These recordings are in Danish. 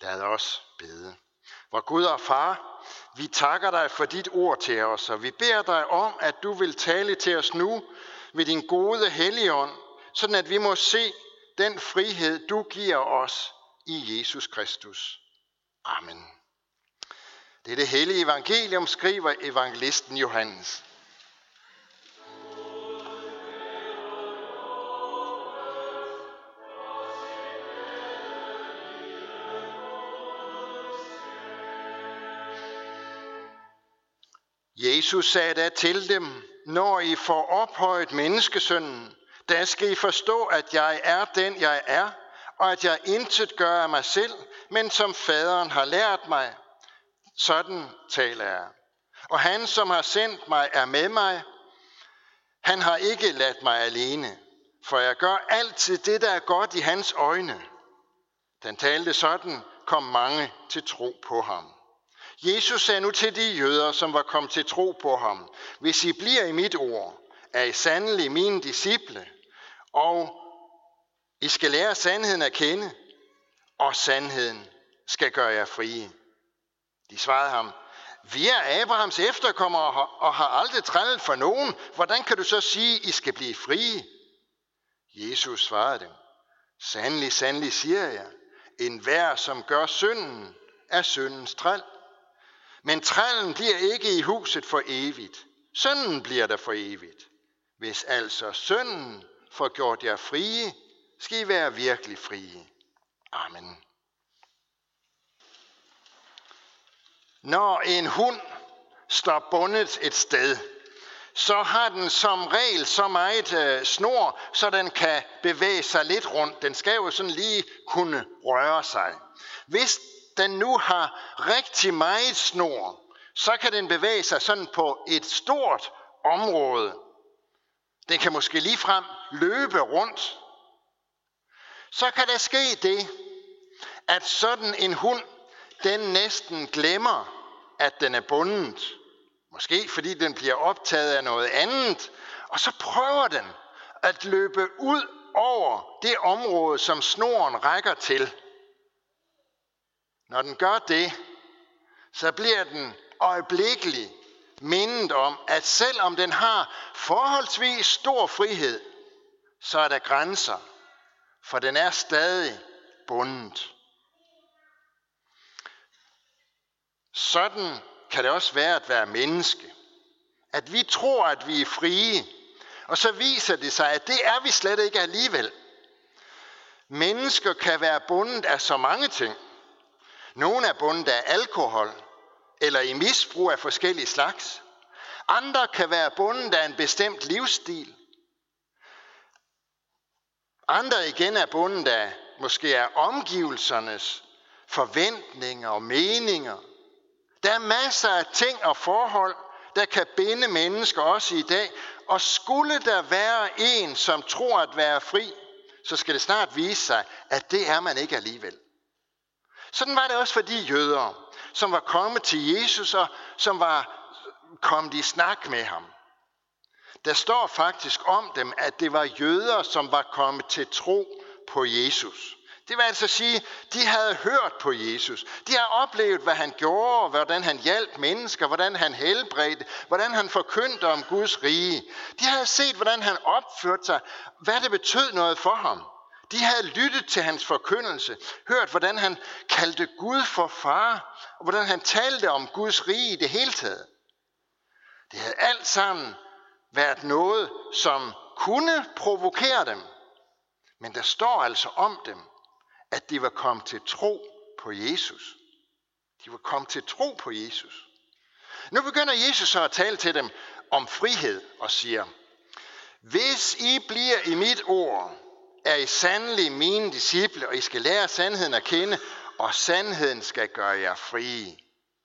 Lad os bede. Vor Gud og Far, vi takker dig for dit ord til os, og vi beder dig om, at du vil tale til os nu ved din gode Helligånd, sådan at vi må se den frihed, du giver os i Jesus Kristus. Amen. Det er det hellige evangelium, skriver evangelisten Johannes. Jesus sagde da til dem, når I får ophøjet menneskesønnen, der skal I forstå, at jeg er den, jeg er, og at jeg intet gør af mig selv, men som faderen har lært mig. Sådan taler jeg. Og han, som har sendt mig, er med mig. Han har ikke ladt mig alene, for jeg gør altid det, der er godt i hans øjne. Den talte sådan, kom mange til tro på ham. Jesus sagde nu til de jøder, som var kommet til tro på ham, hvis I bliver i mit ord, er I sandelig mine disciple, og I skal lære sandheden at kende, og sandheden skal gøre jer frie. De svarede ham, vi er Abrahams efterkommere og har aldrig trælet for nogen. Hvordan kan du så sige, I skal blive frie? Jesus svarede dem, sandelig, sandelig siger jeg, enhver som gør synden, er syndens træl. Men trællen bliver ikke i huset for evigt. Synden bliver der for evigt. Hvis altså synden får gjort jer frie, skal I være virkelig frie. Amen. Når en hund står bundet et sted, så har den som regel så meget snor, så den kan bevæge sig lidt rundt. Den skal jo sådan lige kunne røre sig. Hvis den nu har rigtig meget snor, så kan den bevæge sig sådan på et stort område. Den kan måske ligefrem løbe rundt. Så kan der ske det, at sådan en hund, den næsten glemmer, at den er bundet. Måske fordi den bliver optaget af noget andet, og så prøver den at løbe ud over det område, som snoren rækker til. Når den gør det, så bliver den øjeblikkeligt mindet om, at selvom den har forholdsvis stor frihed, så er der grænser, for den er stadig bundet. Sådan kan det også være at være menneske. At vi tror, at vi er frie, og så viser det sig, at det er vi slet ikke alligevel. Mennesker kan være bundet af så mange ting. Nogle er bundet af alkohol, eller i misbrug af forskellige slags. Andre kan være bundet af en bestemt livsstil. Andre igen er bundet af, måske af omgivelsernes forventninger og meninger. Der er masser af ting og forhold, der kan binde mennesker også i dag. Og skulle der være en, som tror at være fri, så skal det snart vise sig, at det er man ikke alligevel. Sådan var det også for de jøder, som var kommet til Jesus og som var kommet i snak med ham. Der står faktisk om dem, at det var jøder, som var kommet til tro på Jesus. Det vil altså sige, de havde hørt på Jesus. De har oplevet, hvad han gjorde, hvordan han hjalp mennesker, hvordan han helbredte, hvordan han forkyndte om Guds rige. De havde set, hvordan han opførte sig, hvad det betød noget for ham. De havde lyttet til hans forkyndelse, hørt, hvordan han kaldte Gud for far, og hvordan han talte om Guds rige i det hele taget. Det havde alt sammen været noget, som kunne provokere dem. Men der står altså om dem, at de var kommet til tro på Jesus. De var kommet til tro på Jesus. Nu begynder Jesus så at tale til dem om frihed og siger, hvis I bliver i mit ord, er I sandelig mine disciple, og I skal lære sandheden at kende, og sandheden skal gøre jer frie.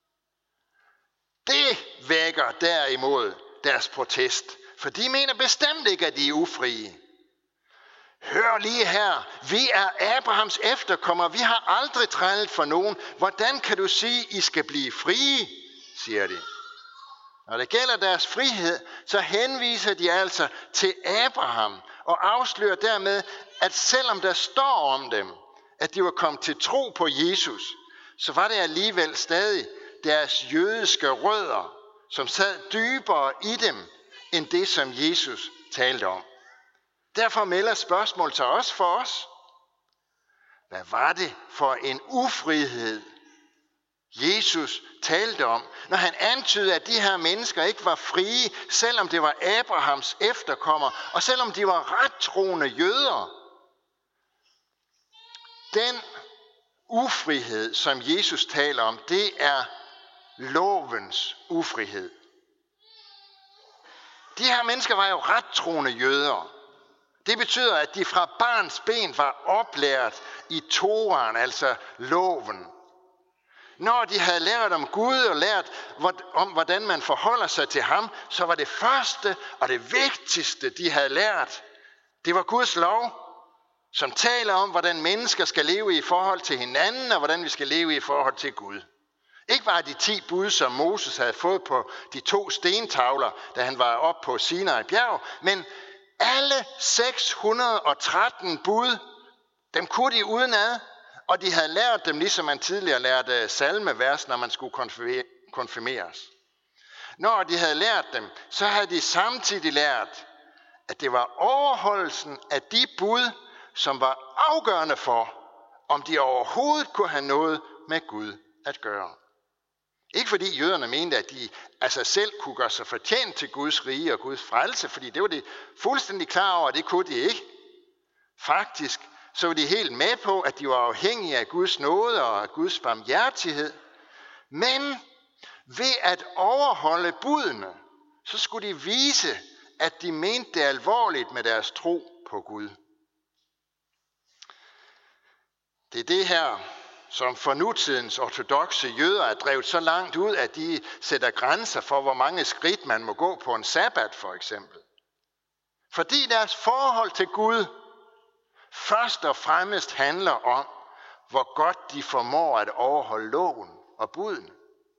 Det vækker derimod deres protest, for de mener bestemt ikke, at de er ufrie. Hør lige her, vi er Abrahams efterkommere, vi har aldrig trælet for nogen. Hvordan kan du sige, I skal blive frie, siger de. Når det gælder deres frihed, så henviser de altså til Abraham og afslører dermed, at selvom der står om dem, at de var kommet til tro på Jesus, så var det alligevel stadig deres jødiske rødder, som sad dybere i dem, end det, som Jesus talte om. Derfor melder spørgsmål til os for os. Hvad var det for en ufrihed, Jesus talte om, når han antydede, at de her mennesker ikke var frie, selvom det var Abrahams efterkommere, og selvom de var rettroende jøder? Den ufrihed, som Jesus taler om, det er lovens ufrihed. De her mennesker var jo rettroende jøder. Det betyder, at de fra barns ben var oplært i Toraen, altså loven. Når de havde lært om Gud og lært om, hvordan man forholder sig til ham, så var det første og det vigtigste, de havde lært, det var Guds lov, som taler om, hvordan mennesker skal leve i forhold til hinanden, og hvordan vi skal leve i forhold til Gud. Ikke bare de 10 bud, som Moses havde fået på de 2 stentavler, da han var oppe på Sinai bjerg, men alle 613 bud, dem kunne de udenad, og de havde lært dem, ligesom man tidligere lærte salmevers, når man skulle konfirmeres. Når de havde lært dem, så havde de samtidig lært, at det var overholdelsen af de bud, som var afgørende for, om de overhovedet kunne have noget med Gud at gøre. Ikke fordi jøderne mente, at de af sig selv kunne gøre sig fortjent til Guds rige og Guds frelse, fordi det var de fuldstændig klar over, at det kunne de ikke. Faktisk så var de helt med på, at de var afhængige af Guds nåde og af Guds barmhjertighed. Men ved at overholde budene, så skulle de vise, at de mente det alvorligt med deres tro på Gud. Det er det her, som for nutidens ortodokse jøder er drevet så langt ud, at de sætter grænser for, hvor mange skridt man må gå på en sabbat for eksempel. Fordi deres forhold til Gud først og fremmest handler om, hvor godt de formår at overholde loven og budene.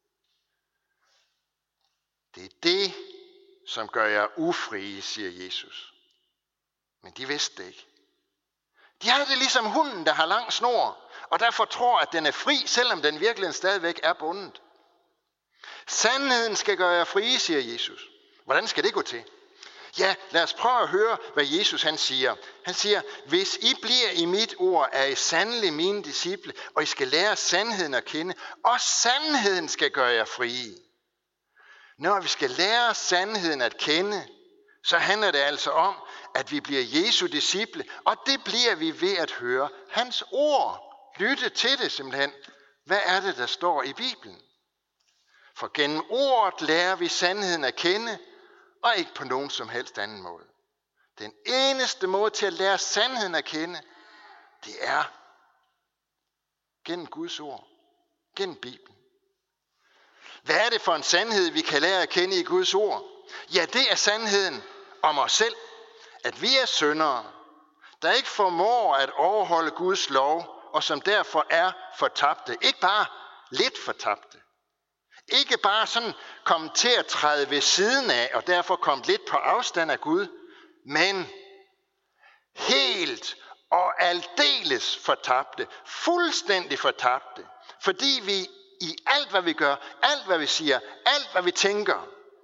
Det er det, som gør jer ufrie, siger Jesus. Men de vidste det ikke. De har det ligesom hunden, der har lang snor, og derfor tror, at den er fri, selvom den virkelig stadigvæk er bundet. Sandheden skal gøre jer frie, siger Jesus. Hvordan skal det gå til? Ja, lad os prøve at høre, hvad Jesus han siger. Han siger, hvis I bliver i mit ord, er I sandelig mine disciple, og I skal lære sandheden at kende, og sandheden skal gøre jer frie. Når vi skal lære sandheden at kende, så handler det altså om, at vi bliver Jesu disciple, og det bliver vi ved at høre hans ord. Lytte til det simpelthen. Hvad er det, der står i Bibelen? For gennem ordet lærer vi sandheden at kende, og ikke på nogen som helst anden måde. Den eneste måde til at lære sandheden at kende, det er gennem Guds ord, gennem Bibelen. Hvad er det for en sandhed, vi kan lære at kende i Guds ord? Ja, det er sandheden om os selv, at vi er syndere, der ikke formår at overholde Guds lov, og som derfor er fortabte. Ikke bare lidt fortabte. Ikke bare sådan komme til at træde ved siden af, og derfor komme lidt på afstand af Gud, men helt og aldeles fortabte, fuldstændig fortabte, fordi vi i alt, hvad vi gør, alt, hvad vi siger, alt, hvad vi tænker,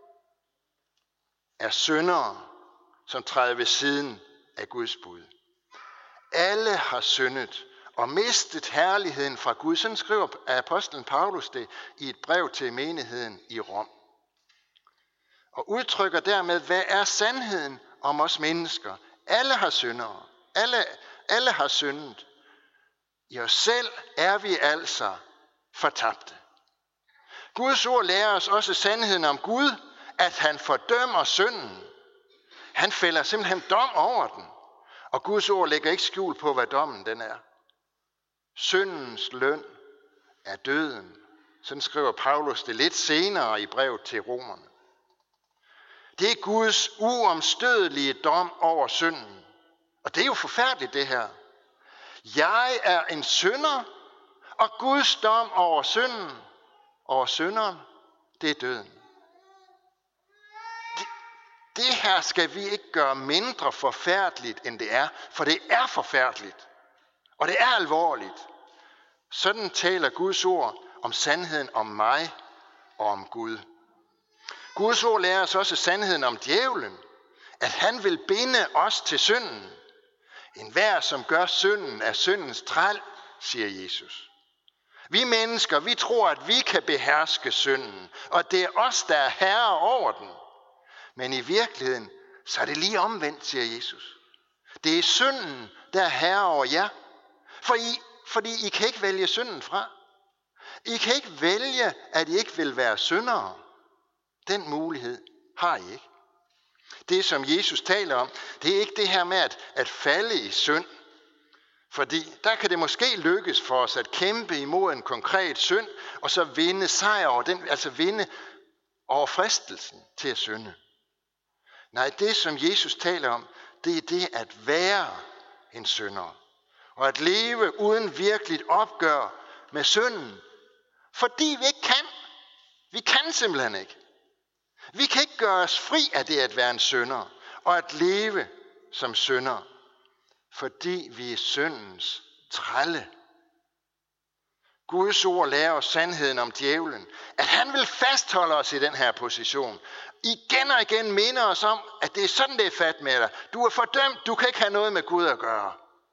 er syndere, som træder ved siden af Guds bud. Alle har syndet og mistet herligheden fra Gud. Sådan skriver apostlen Paulus det i et brev til menigheden i Rom. Og udtrykker dermed, hvad er sandheden om os mennesker? Alle har syndere. Alle har syndet. I os selv er vi altså fortabte. Guds ord lærer os også sandheden om Gud, at han fordømmer synden. Han fælder simpelthen dom over den. Og Guds ord lægger ikke skjul på, hvad dommen den er. Syndens løn er døden. Sådan skriver Paulus det lidt senere i brevet til romerne. Det er Guds uomstødelige dom over synden. Og det er jo forfærdeligt det her. Jeg er en synder, og Guds dom over synden, over synderen, det er døden. Det her skal vi ikke gøre mindre forfærdeligt, end det er, for det er forfærdeligt, og det er alvorligt. Sådan taler Guds ord om sandheden om mig og om Gud. Guds ord lærer os også sandheden om djævlen, at han vil binde os til synden. Enhver, som gør synden, er syndens træl, siger Jesus. Vi mennesker, vi tror, at vi kan beherske synden, og det er os, der er herre over den. Men i virkeligheden, så er det lige omvendt, siger Jesus. Det er synden, der er herre over jer. Fordi I kan ikke vælge synden fra. I kan ikke vælge, at I ikke vil være syndere. Den mulighed har I ikke. Det, som Jesus taler om, det er ikke det her med at falde i synd. Fordi der kan det måske lykkes for os at kæmpe imod en konkret synd, og så vinde sejr over den, altså vinde over fristelsen til at synde. Nej, det som Jesus taler om, det er det at være en synder. Og at leve uden virkeligt opgør med synden. Fordi vi ikke kan. Vi kan simpelthen ikke. Vi kan ikke gøre os fri af det at være en synder, og at leve som synder. Fordi vi er syndens trælle. Guds ord lærer os sandheden om djævlen, at han vil fastholde os i den her position. Igen og igen minder os om, at det er sådan, det er fat med dig. Du er fordømt, du kan ikke have noget med Gud at gøre.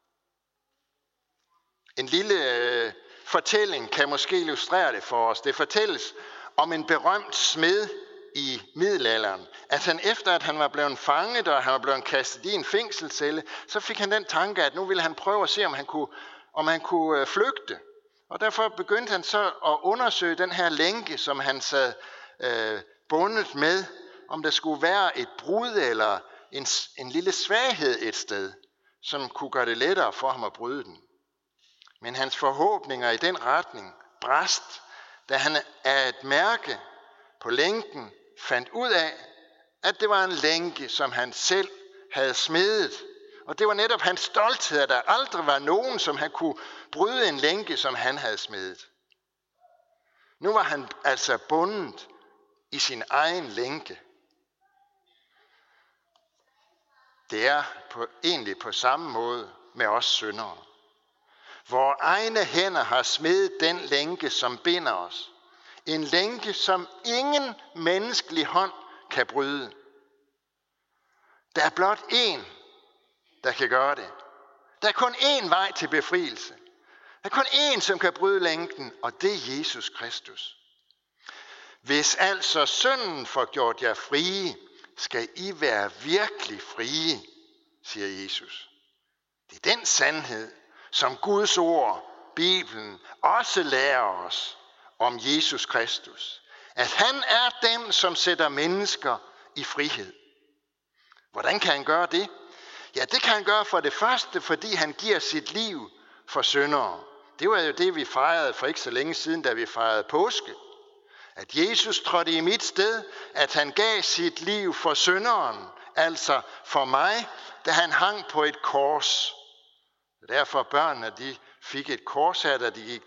En lille fortælling kan måske illustrere det for os. Det fortælles om en berømt smed i middelalderen, at han efter at han var blevet fanget, og han var blevet kastet i en fængselscelle, så fik han den tanke, at nu ville han prøve at se, om han kunne flygte. Og derfor begyndte han så at undersøge den her lænke, som han sad bundet med, om der skulle være et brud eller en lille svaghed et sted, som kunne gøre det lettere for ham at bryde den. Men hans forhåbninger i den retning brast, da han af et mærke på lænken fandt ud af, at det var en lænke, som han selv havde smedet. Og det var netop hans stolthed, at der aldrig var nogen, som han kunne bryde en lænke, som han havde smedet. Nu var han altså bundet i sin egen lænke. Det er egentlig på samme måde med os syndere. Vore egne hænder har smedet den lænke, som binder os. En lænke, som ingen menneskelig hånd kan bryde. Der er blot én, der kan gøre det. Der er kun én vej til befrielse. Der er kun én, som kan bryde lænken, og det er Jesus Kristus. Hvis altså synden får gjort jer frie, skal I være virkelig frie, siger Jesus. Det er den sandhed, som Guds ord, Bibelen, også lærer os om Jesus Kristus. At han er den, som sætter mennesker i frihed. Hvordan kan han gøre det? Ja, det kan han gøre for det første, fordi han giver sit liv for syndere. Det var jo det, vi fejrede for ikke så længe siden, da vi fejrede påske. At Jesus trådte i mit sted, at han gav sit liv for synderen, altså for mig, da han hang på et kors. Derfor børnene, de fik et kors her, da de gik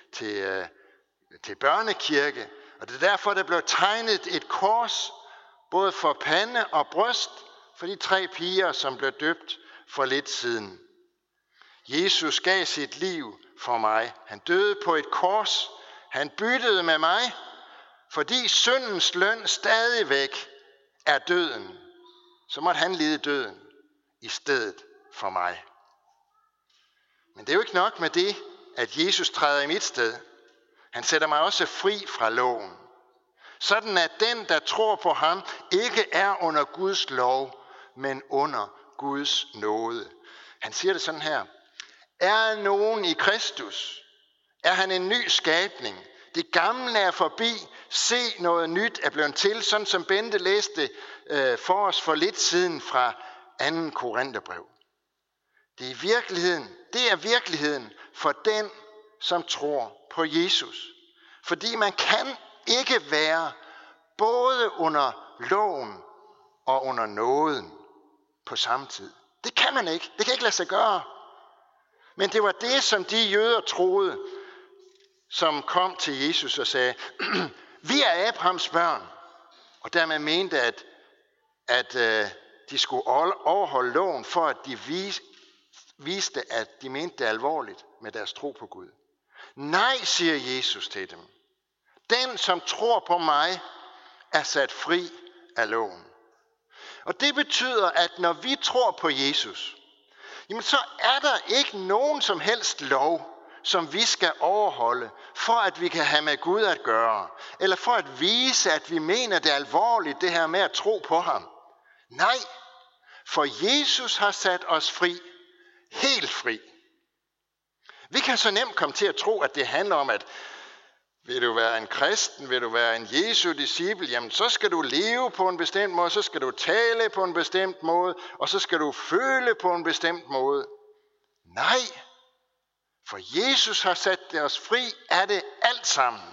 til børnekirke. Og det er derfor, der blev tegnet et kors, både for pande og bryst, for de 3 piger, som blev døbt for lidt siden. Jesus gav sit liv for mig. Han døde på et kors. Han byttede med mig, fordi syndens løn stadigvæk er døden. Så måtte han lide døden i stedet for mig. Men det er jo ikke nok med det, at Jesus træder i mit sted. Han sætter mig også fri fra loven. Sådan at den, der tror på ham, ikke er under Guds lov, men under Guds nåde. Han siger det sådan her. Er nogen i Kristus? Er han en ny skabning? Det gamle er forbi. Se, noget nyt er blevet til, sådan som Bente læste for os for lidt siden fra 2. Korintherbrev. Det er virkeligheden for den, som tror på Jesus. Fordi man kan ikke være både under loven og under nåden på samme tid. Det kan man ikke. Det kan ikke lade sig gøre. Men det var det, som de jøder troede, som kom til Jesus og sagde, vi er Abrahams børn. Og dermed mente, at de skulle overholde loven, for at de viste, at de mente det alvorligt med deres tro på Gud. Nej, siger Jesus til dem. Den, som tror på mig, er sat fri af loven. Og det betyder, at når vi tror på Jesus, jamen så er der ikke nogen som helst lov, som vi skal overholde, for at vi kan have med Gud at gøre, eller for at vise, at vi mener det er alvorligt, det her med at tro på ham. Nej, for Jesus har sat os fri, helt fri. Vi kan så nemt komme til at tro, at det handler om, at vil du være en kristen, vil du være en Jesu disciple, jamen så skal du leve på en bestemt måde, så skal du tale på en bestemt måde, og så skal du føle på en bestemt måde. Nej, for Jesus har sat os fri af det alt sammen.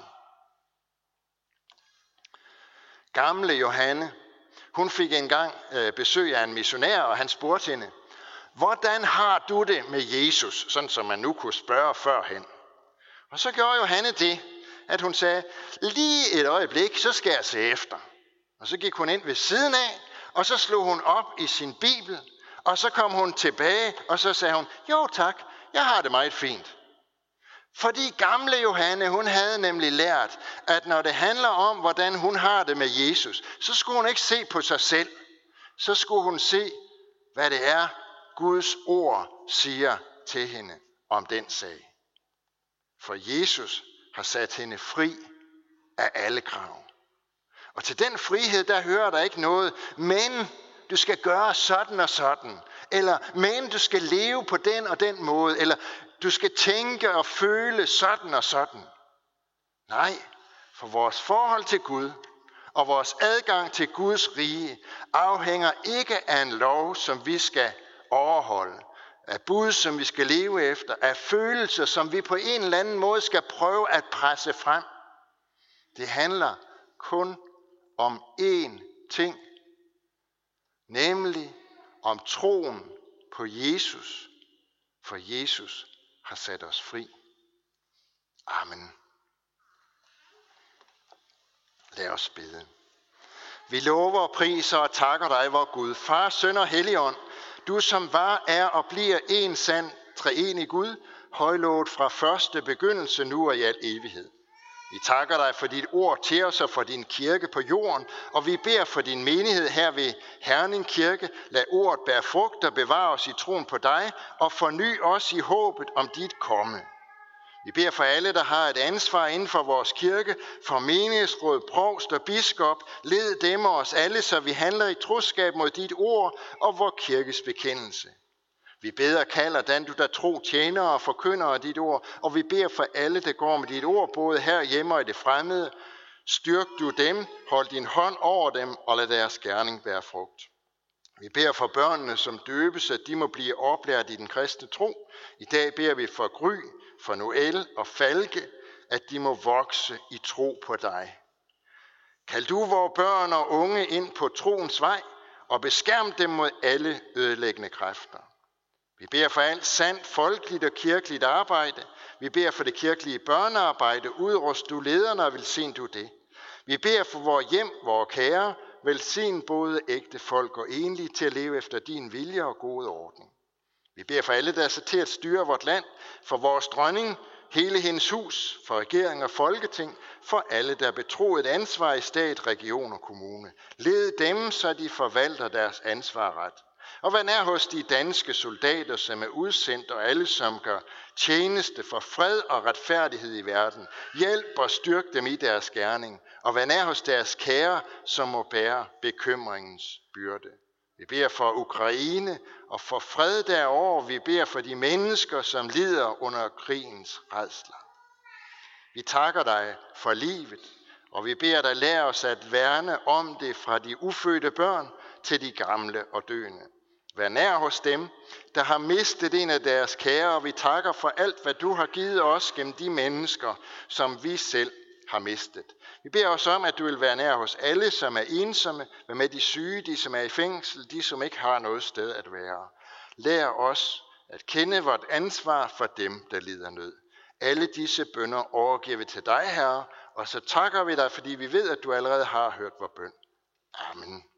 Gamle Johanne, hun fik engang besøg af en missionær, og han spurgte hende, hvordan har du det med Jesus, sådan som man nu kunne spørge førhen? Og så gjorde Johanne det, at hun sagde, lige et øjeblik, så skal jeg se efter. Og så gik hun ind ved siden af, og så slog hun op i sin bibel, og så kom hun tilbage, og så sagde hun, jo tak, jeg har det meget fint. Fordi gamle Johanne, hun havde nemlig lært, at når det handler om, hvordan hun har det med Jesus, så skulle hun ikke se på sig selv. Så skulle hun se, hvad det er, Guds ord siger til hende om den sag. For Jesus har sat hende fri af alle krav. Og til den frihed, der hører der ikke noget, men du skal gøre sådan og sådan, eller men du skal leve på den og den måde, eller du skal tænke og føle sådan og sådan. Nej, for vores forhold til Gud og vores adgang til Guds rige afhænger ikke af en lov, som vi skal overholde, af bud, som vi skal leve efter, af følelser, som vi på en eller anden måde skal prøve at presse frem. Det handler kun om én ting, nemlig om troen på Jesus, for Jesus har sat os fri. Amen. Lad os bede. Vi lover og priser og takker dig, vor Gud, Far, Søn og Helligånd, du som var, er og bliver en sand treenig Gud, højlovet fra første begyndelse nu og i al evighed. Vi takker dig for dit ord til os og for din kirke på jorden, og vi beder for din menighed her ved Herning Kirke. Lad ordet bære frugt og bevare os i troen på dig, og forny os i håbet om dit komme. Vi beder for alle, der har et ansvar inden for vores kirke, for menighedsråd, provst og biskop. Led dem og os alle, så vi handler i troskab mod dit ord og vor kirkes bekendelse. Vi beder og kalder den, du der tro tjenere og forkyndere af dit ord, og vi beder for alle, der går med dit ord, både her hjemme og i det fremmede. Styrk du dem, hold din hånd over dem, og lad deres gerning bære frugt. Vi beder for børnene, som døbes, at de må blive oplært i den kristne tro. I dag beder vi for Gry, for Noel og Falke, at de må vokse i tro på dig. Kald du vores børn og unge ind på troens vej, og beskærm dem mod alle ødelæggende kræfter. Vi beder for alt sandt, folkeligt og kirkeligt arbejde. Vi beder for det kirkelige børnearbejde. Udrust du lederne og velsign du det. Vi beder for vores hjem, vores kære. Velsign både ægte folk og enlige til at leve efter din vilje og gode ordning. Vi beder for alle, der er så til at styre vort land, for vores dronning, hele hendes hus, for regering og folketing, for alle, der er betroet et ansvar i stat, region og kommune. Led dem, så de forvalter deres ansvar ret. Og vær nær hos de danske soldater, som er udsendt, og alle, som gør tjeneste for fred og retfærdighed i verden. Hjælp og styrk dem i deres gerning, og vær nær hos deres kære, som må bære bekymringens byrde. Vi beder for Ukraine og for fred derover. Vi beder for de mennesker, som lider under krigens rædsler. Vi takker dig for livet, og vi beder dig lære os at værne om det fra de ufødte børn til de gamle og døende. Vær nær hos dem, der har mistet en af deres kære, og vi takker for alt, hvad du har givet os gennem de mennesker, som vi selv har mistet. Vi beder os om, at du vil være nær hos alle, som er ensomme, vær med de syge, de som er i fængsel, de som ikke har noget sted at være. Lær os at kende vort ansvar for dem, der lider nød. Alle disse bønner overgiver vi til dig, Herre, og så takker vi dig, fordi vi ved, at du allerede har hørt vor bøn. Amen.